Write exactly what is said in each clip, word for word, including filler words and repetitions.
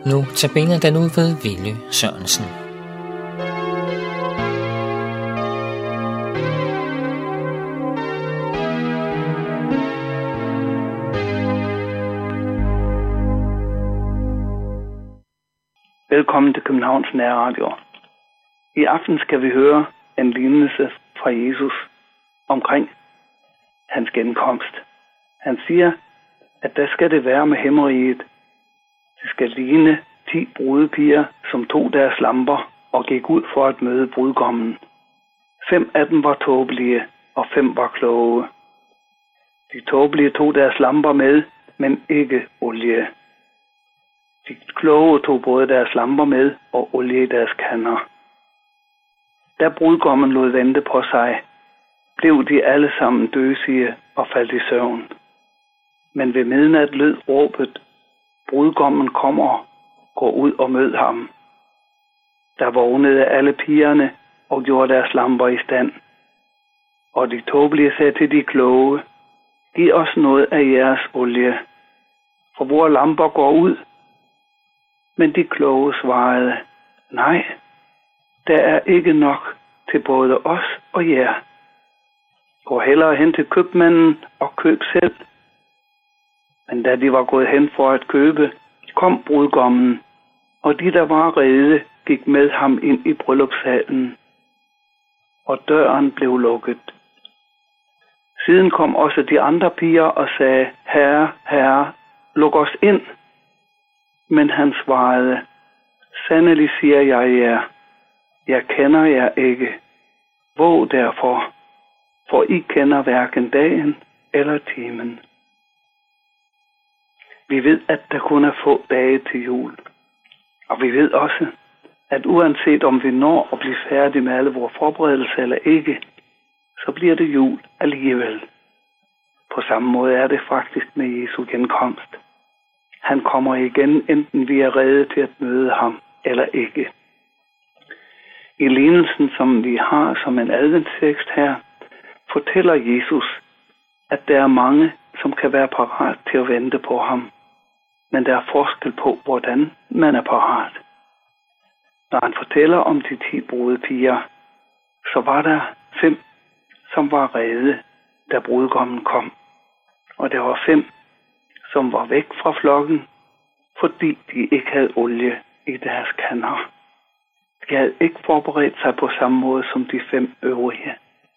Nu tabiner den ud ved Villy Sørensen. Velkommen til Københavns Nærradio. I aften skal vi høre en lignelse fra Jesus omkring hans genkomst. Han siger, at der skal det være med himmeriget. Det skal ligne ti brudepiger, som tog deres lamper og gik ud for at møde brudgommen. Fem af dem var tåbelige, og fem var kloge. De tåbelige tog deres lamper med, men ikke olie. De kloge tog både deres lamper med og olie i deres kander. Da brudgommen lod vente på sig, blev de alle sammen døsige og faldt i søvn. Men ved midnat lød råbet, brudgommen kommer, gå ud og mød ham. Der vågnede alle pigerne og gjorde deres lamper i stand. Og de tåbelige sagde til de kloge, giv os noget af jeres olie, for vores lamper går ud. Men de kloge svarede, nej, der er ikke nok til både os og jer. Gå hellere hen til købmanden og køb selv. Men da de var gået hen for at købe, kom brudgommen, og de, der var rede, gik med ham ind i bryllupssalen, og døren blev lukket. Siden kom også de andre piger og sagde, herre, herre, luk os ind. Men han svarede, sandelig siger jeg jer, jeg kender jer ikke. Våg derfor, for I kender hverken dagen eller timen. Vi ved, at der kun er få dage til jul. Og vi ved også, at uanset om vi når at blive færdige med alle vores forberedelser eller ikke, så bliver det jul alligevel. På samme måde er det faktisk med Jesu genkomst. Han kommer igen, enten vi er rede til at møde ham eller ikke. I lignelsen, som vi har som en adventstekst her, fortæller Jesus, at der er mange, som kan være parat til at vente på ham. Men der er forskel på, hvordan man er parat. Når han fortæller om de ti brudepiger, så var der fem, som var rede, da brudgommen kom. Og der var fem, som var væk fra flokken, fordi de ikke havde olie i deres kander. De havde ikke forberedt sig på samme måde som de fem øvrige.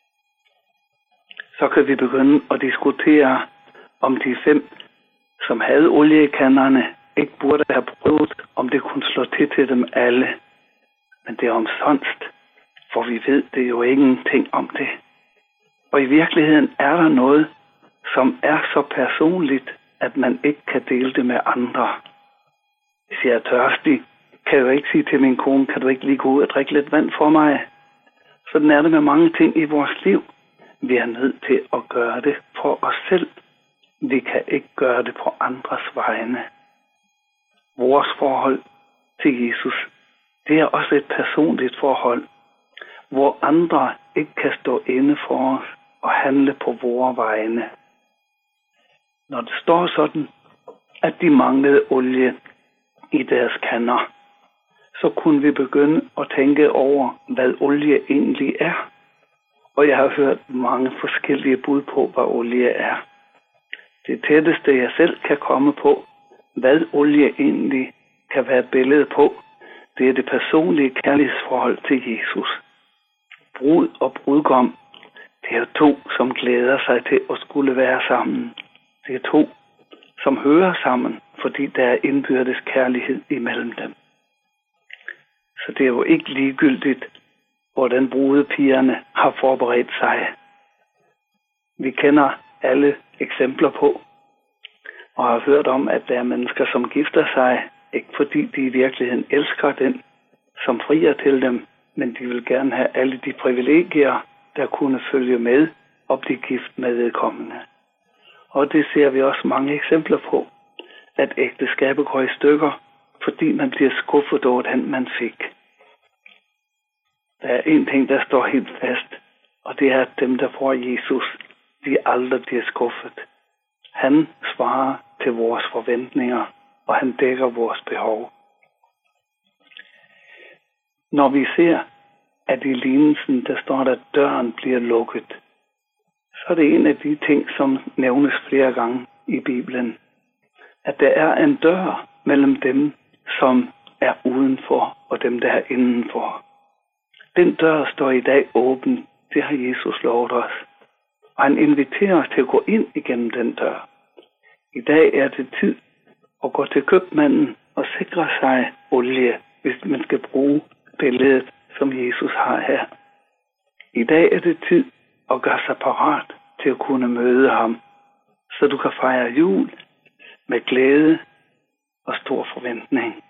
Så kan vi begynde at diskutere, om de fem, som havde olie i kanderne, ikke burde have prøvet, om det kunne slå til til dem alle. Men det er omsonst, for vi ved det jo ingenting om det. Og i virkeligheden er der noget, som er så personligt, at man ikke kan dele det med andre. Hvis jeg er tørstig, kan jeg jo ikke sige til min kone, kan du ikke lige gå ud og drikke lidt vand for mig? Sådan er det med mange ting i vores liv. Vi er nødt til at gøre det for os selv. Vi kan ikke gøre det på andres vegne. Vores forhold til Jesus, det er også et personligt forhold, hvor andre ikke kan stå inde for os og handle på vores vegne. Når det står sådan, at de manglede olie i deres kander, så kunne vi begynde at tænke over, hvad olie egentlig er. Og jeg har hørt mange forskellige bud på, hvad olie er. Det tætteste, jeg selv kan komme på, hvad olie egentlig kan være et billede på, det er det personlige kærlighedsforhold til Jesus. Brud og brudgom, det er to, som glæder sig til at skulle være sammen. Det er to, som hører sammen, fordi der er indbyrdes kærlighed imellem dem. Så det er jo ikke ligegyldigt, hvordan brudepigerne har forberedt sig. Vi kender alle eksempler på, og har hørt om, at der er mennesker, som gifter sig, ikke fordi de i virkeligheden elsker den, som frier til dem, men de vil gerne have alle de privilegier, der kunne følge med og blive gift med vedkommende. Og det ser vi også mange eksempler på, at ægteskabet går i stykker, fordi man bliver skuffet over den, man fik. Der er en ting, der står helt fast, og det er, at dem, der får Jesus, de aldrig bliver skuffet. Han svarer til vores forventninger, og han dækker vores behov. Når vi ser, at i lignelsen, der står der, at døren bliver lukket, så er det en af de ting, som nævnes flere gange i Bibelen. At der er en dør mellem dem, som er udenfor, og dem, der er indenfor. Den dør står i dag åben. Det har Jesus lovet os. Og han inviterer os til at gå ind igennem den dør. I dag er det tid at gå til købmanden og sikre sig olie, hvis man skal bruge billedet, som Jesus har her. I dag er det tid at gøre sig parat til at kunne møde ham, så du kan fejre jul med glæde og stor forventning.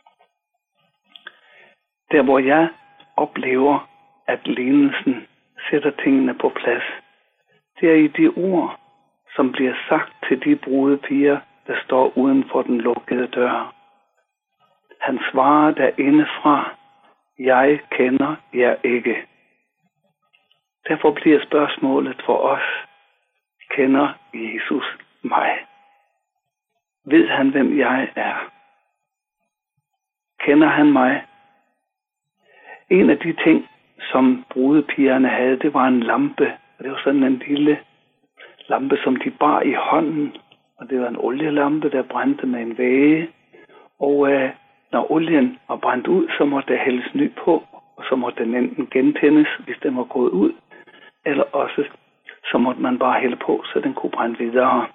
Der hvor jeg oplever, at lignelsen sætter tingene på plads, det er i de ord, som bliver sagt til de brudepiger, der står uden for den lukkede dør. Han svarer derindefra, jeg kender jer ikke. Derfor bliver spørgsmålet for os, kender Jesus mig? Ved han, hvem jeg er? Kender han mig? En af de ting, som brudepigerne havde, det var en lampe. Det var sådan en lille lampe, som de bar i hånden. Og det var en olielampe, der brændte med en væge. Og øh, når olien var brændt ud, så måtte der hældes ny på. Og så måtte den enten gentændes, hvis den var gået ud. Eller også, så måtte man bare hælde på, så den kunne brænde videre.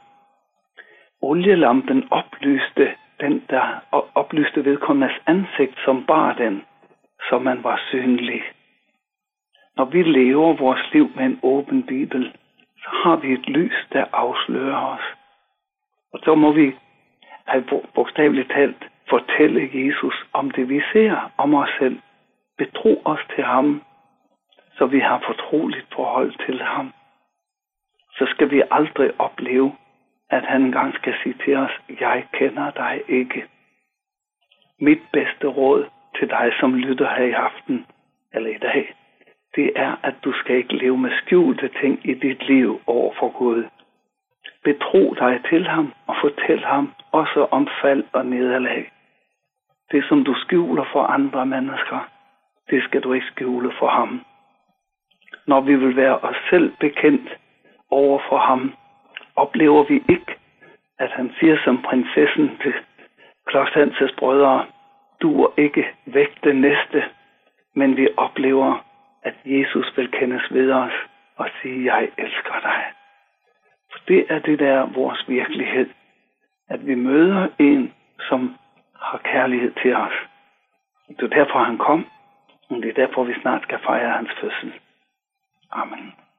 Olielampen oplyste, den, der oplyste vedkommendes ansigt, som bar den, så man var synlig. Når vi lever vores liv med en åben bibel, så har vi et lys, der afslører os. Og så må vi bogstaveligt talt fortælle Jesus om det, vi ser om os selv. Betro os til ham, så vi har fortroligt forhold til ham. Så skal vi aldrig opleve, at han engang skal sige til os, jeg kender dig ikke. Mit bedste råd til dig, som lytter her i aften, eller i dag, det er, at du skal ikke leve med skjulte ting i dit liv over for Gud. Betro dig til ham og fortæl ham også om fald og nederlag. Det, som du skjuler for andre mennesker, det skal du ikke skjule for ham. Når vi vil være os selv bekendt over for ham, oplever vi ikke, at han siger som prinsessen til Klaus Hanses brødre, du er ikke væk det næste, men vi oplever, at Jesus vil kendes ved os og sige, jeg elsker dig. For det er det der vores virkelighed, at vi møder en, som har kærlighed til os. Det er derfor han kom, og det er derfor vi snart skal fejre hans fødsel. Amen.